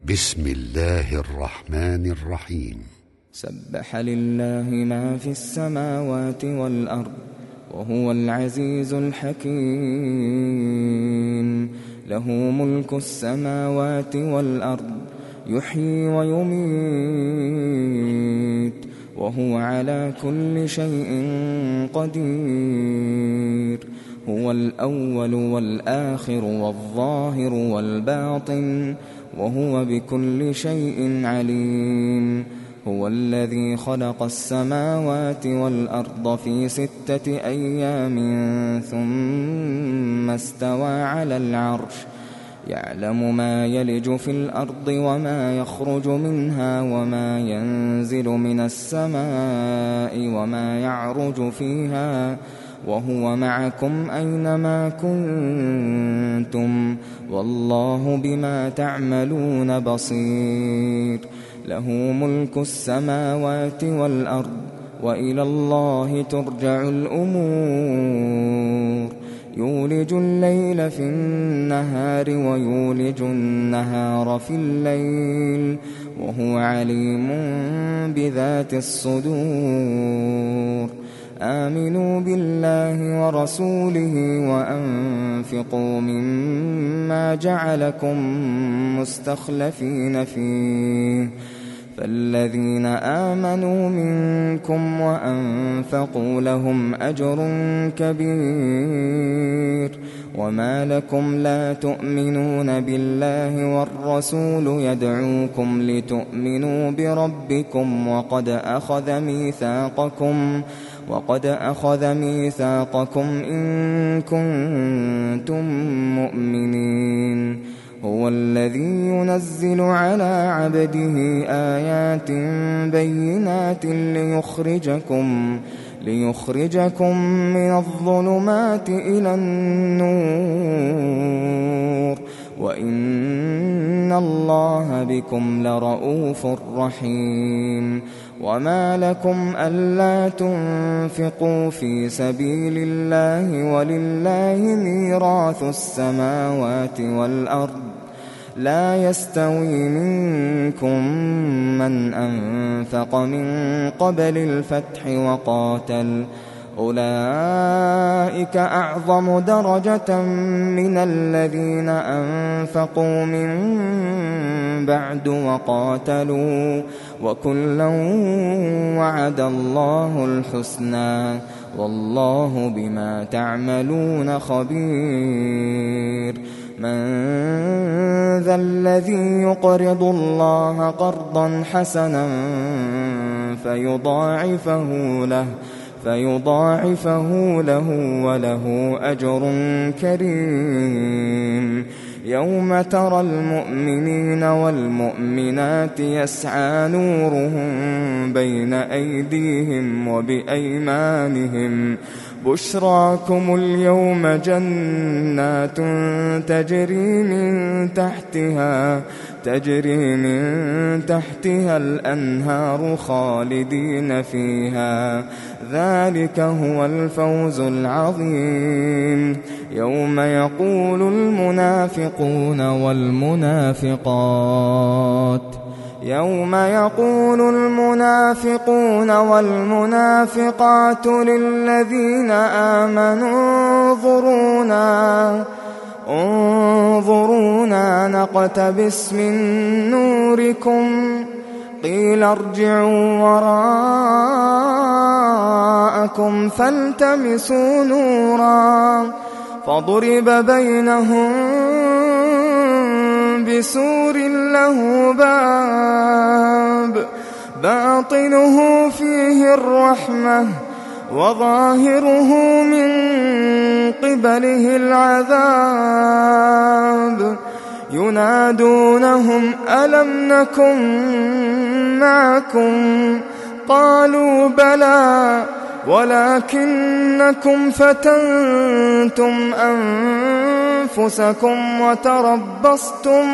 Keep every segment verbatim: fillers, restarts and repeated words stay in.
بسم الله الرحمن الرحيم. سبح لله ما في السماوات والأرض وهو العزيز الحكيم. له ملك السماوات والأرض يحيي ويميت وهو على كل شيء قدير. هو الأول والآخر والظاهر والباطن وهو بكل شيء عليم. هو الذي خلق السماوات والأرض في ستة أيام ثم استوى على العرش يعلم ما يلج في الأرض وما يخرج منها وما ينزل من السماء وما يعرج فيها وهو معكم أينما كنتم والله بما تعملون بصير. له ملك السماوات والأرض وإلى الله ترجع الأمور. يولج الليل في النهار ويولج النهار في الليل وهو عليم بذات الصدور. آمنوا بالله ورسوله وأنفقوا مما جعلكم مستخلفين فيه. فالذين آمنوا منكم وأنفقوا لهم أجر كبير. وما لكم لا تؤمنون بالله والرسول يدعوكم لتؤمنوا بربكم وقد أخذ ميثاقكم وقد أخذ ميثاقكم إن كنتم مؤمنين. هو الذي ينزل على عبده آيات بينات ليخرجكم ليخرجكم من الظلمات إلى النور وإن الله بكم لرؤوف رحيم. وما لكم ألا تنفقوا في سبيل الله ولله ميراث السماوات والأرض لا يستوي منكم من أنفق من قبل الفتح وقاتل أولئك أعظم درجة من الذين أنفقوا من بعد وقاتلوا وكلا وعد الله الحسنى والله بما تعملون خبير. من ذا الذي يقرض الله قرضا حسنا فيضاعفه له فيضاعفه له وله أجر كريم. يوم ترى المؤمنين والمؤمنات يسعى نورهم بين أيديهم وبأيمانهم بشراكم اليوم جنات تجري من تحتها تجري من تحتها الأنهار خالدين فيها ذلك هو الفوز العظيم. يوم يقول المنافقون والمنافقات يوم يقول المنافقون والمنافقات للذين آمنوا انظرونا انظرونا نقتبس من نوركم قيل ارجعوا وراءكم فالتمسوا نورا فضرب بينهم بسور له باب باطنه فيه الرحمة وظاهره من قبله العذاب ينادونهم ألم نكن معكم قالوا بلى ولكنكم فتنتم أنفسكم وتربصتم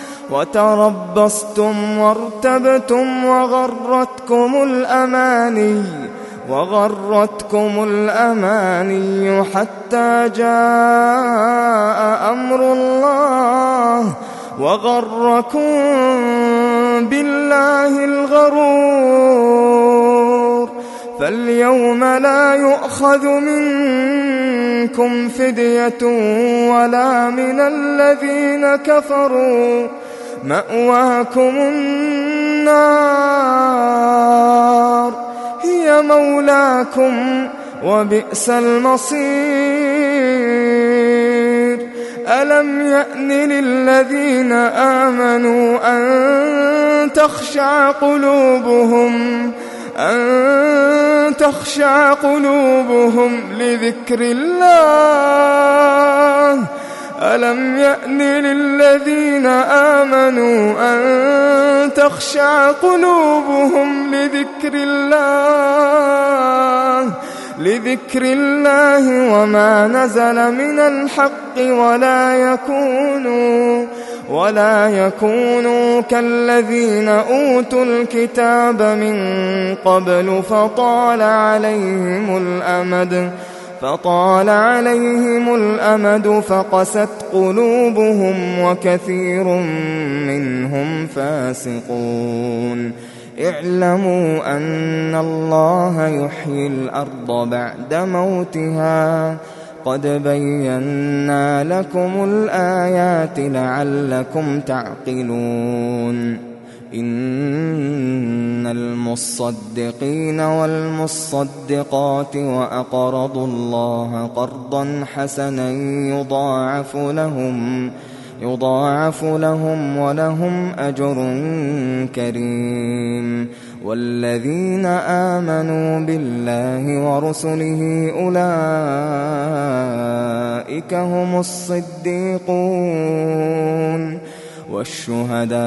وتربصتم وارتبتم وغرتكم الأماني وغرتكم الأماني حتى جاء أمر الله وغركم بالله الغرور فاليوم لا يؤخذ منكم فدية ولا من الذين كفروا مأواكم النار هي مولاكم وبئس المصير ألم يأن للذين آمنوا أن تخشع قلوبهم أن تخشع قلوبهم لذكر الله ألم يأن للذين آمنوا أن تخشع قلوبهم لذكر الله لذكر الله وما نزل من الحق ولا يكونوا ولا يكونوا كالذين أوتوا الكتاب من قبل فطال عليهم الأمد فطال عليهم الأمد فقست قلوبهم وكثير منهم فاسقون اعلموا أن الله يحيي الأرض بعد موتها قد بينا لكم الآيات لعلكم تعقلون إن المصدقين والمصدقات وأقرضوا الله قرضا حسنا يضاعف لهم يضاعف لهم ولهم أجر كريم والذين آمنوا بالله ورسله أولئك هم الصديقون والشهداء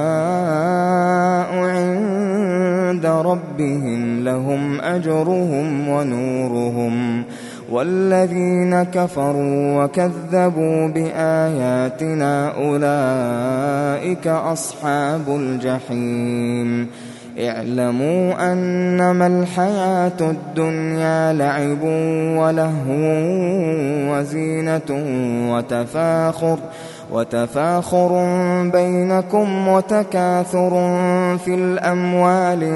عند ربهم لهم أجرهم ونورهم والذين كفروا وكذبوا بآياتنا أولئك أصحاب الجحيم اعلموا أنما الحياة الدنيا لعب ولهو وزينة وتفاخر وتفاخر بينكم وتكاثر في الأموال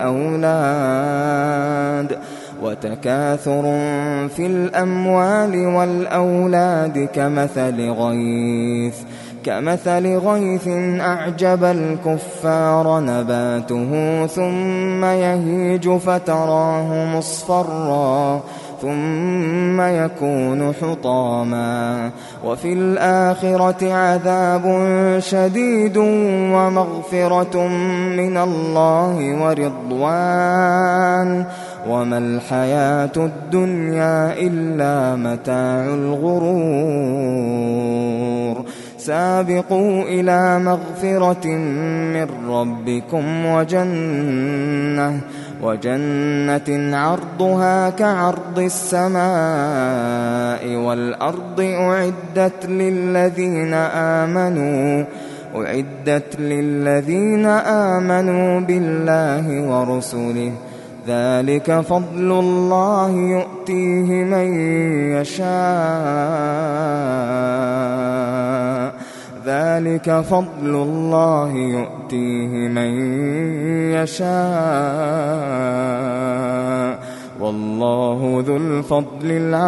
والأولاد وتكاثر في الأموال والأولاد كمثل غيث كمثل غيث أعجب الكفار نباته ثم يهيج فتراه مصفرا ثم يكون حطاما وفي الآخرة عذاب شديد ومغفرة من الله ورضوان وما الحياة الدنيا إلا متاع الغرور سابقوا إلى مغفرة من ربكم وجنة وجنة عرضها كعرض السماء والأرض أعدت للذين آمنوا أعدت للذين آمنوا بالله ورسله ذلك فضل الله يؤتيه من يشاء ذلك فضل الله يؤتيه من يشاء والله ذو الفضل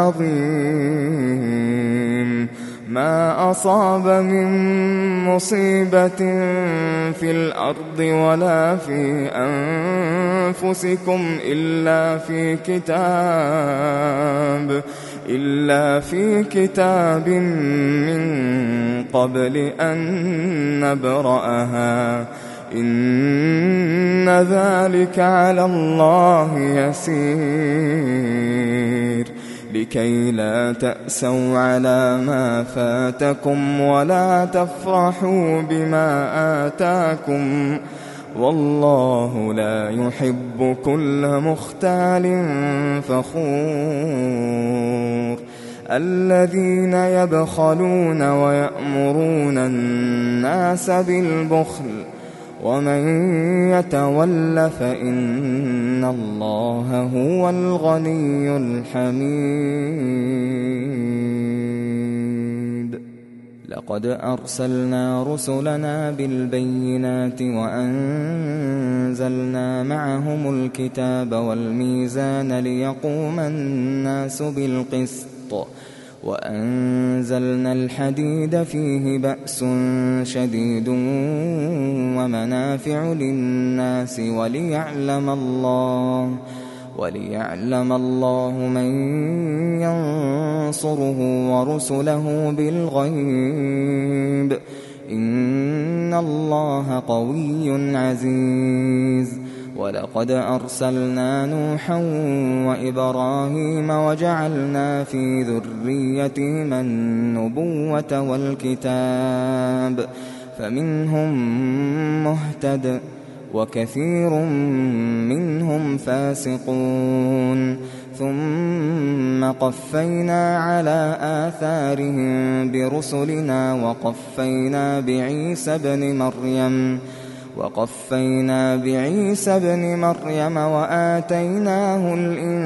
العظيم ما أصاب من مصيبة في الأرض ولا في أنفسكم إلا في كتاب إلا في كتاب من قبل أن نبرأها إن ذلك على الله يسير لكي لا تأسوا على ما فاتكم ولا تفرحوا بما آتاكم والله لا يحب كل مختال فخور الذين يبخلون ويأمرون الناس بالبخل ومن يتول فإن الله هو الغني الحميد لقد أرسلنا رسلنا بالبينات وأنزلنا معهم الكتاب والميزان ليقوم الناس بالقسط وأنزلنا الحديد فيه بأس شديد ومنافع للناس وليعلم الله وليعلم الله من ينصره ورسله بالغيب إن الله قوي عزيز. ولقد أرسلنا نوحا وإبراهيم وجعلنا في ذريتهما النبوة والكتاب فمنهم مهتد وكثير منهم فاسقون ثم قفينا على آثارهم برسلنا وقفينا بعيسى ابن مريم وقفينا بعيسى ابن مريم وآتيناه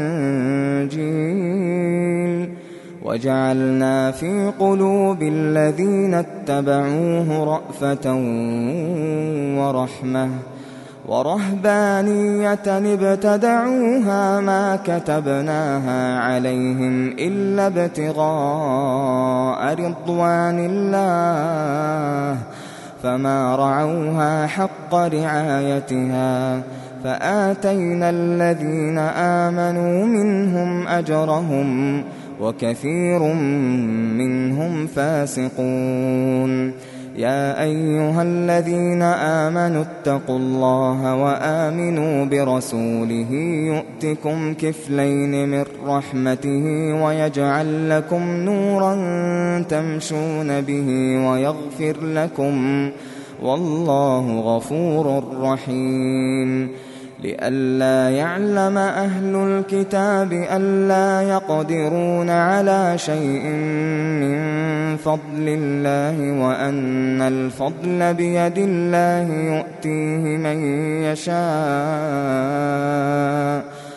الإنجيل وجعلنا في قلوب الذين اتبعوه رأفة ورحمة ورهبانية ابتدعوها ما كتبناها عليهم إلا ابتغاء رضوان الله فما رعوها حق رعايتها فآتينا الذين آمنوا منهم أجرهم وكثير منهم فاسقون. يا أيها الذين آمنوا اتقوا الله وآمنوا برسوله يؤتكم كفلين من رحمته ويجعل لكم نورا تمشون به ويغفر لكم والله غفور رحيم. لئلا يعلم أهل الكتاب ألا يقدرون على شيء من فضل الله وأن الفضل بيد الله يؤتيه من يشاء، والله ذو الفضل العظيم.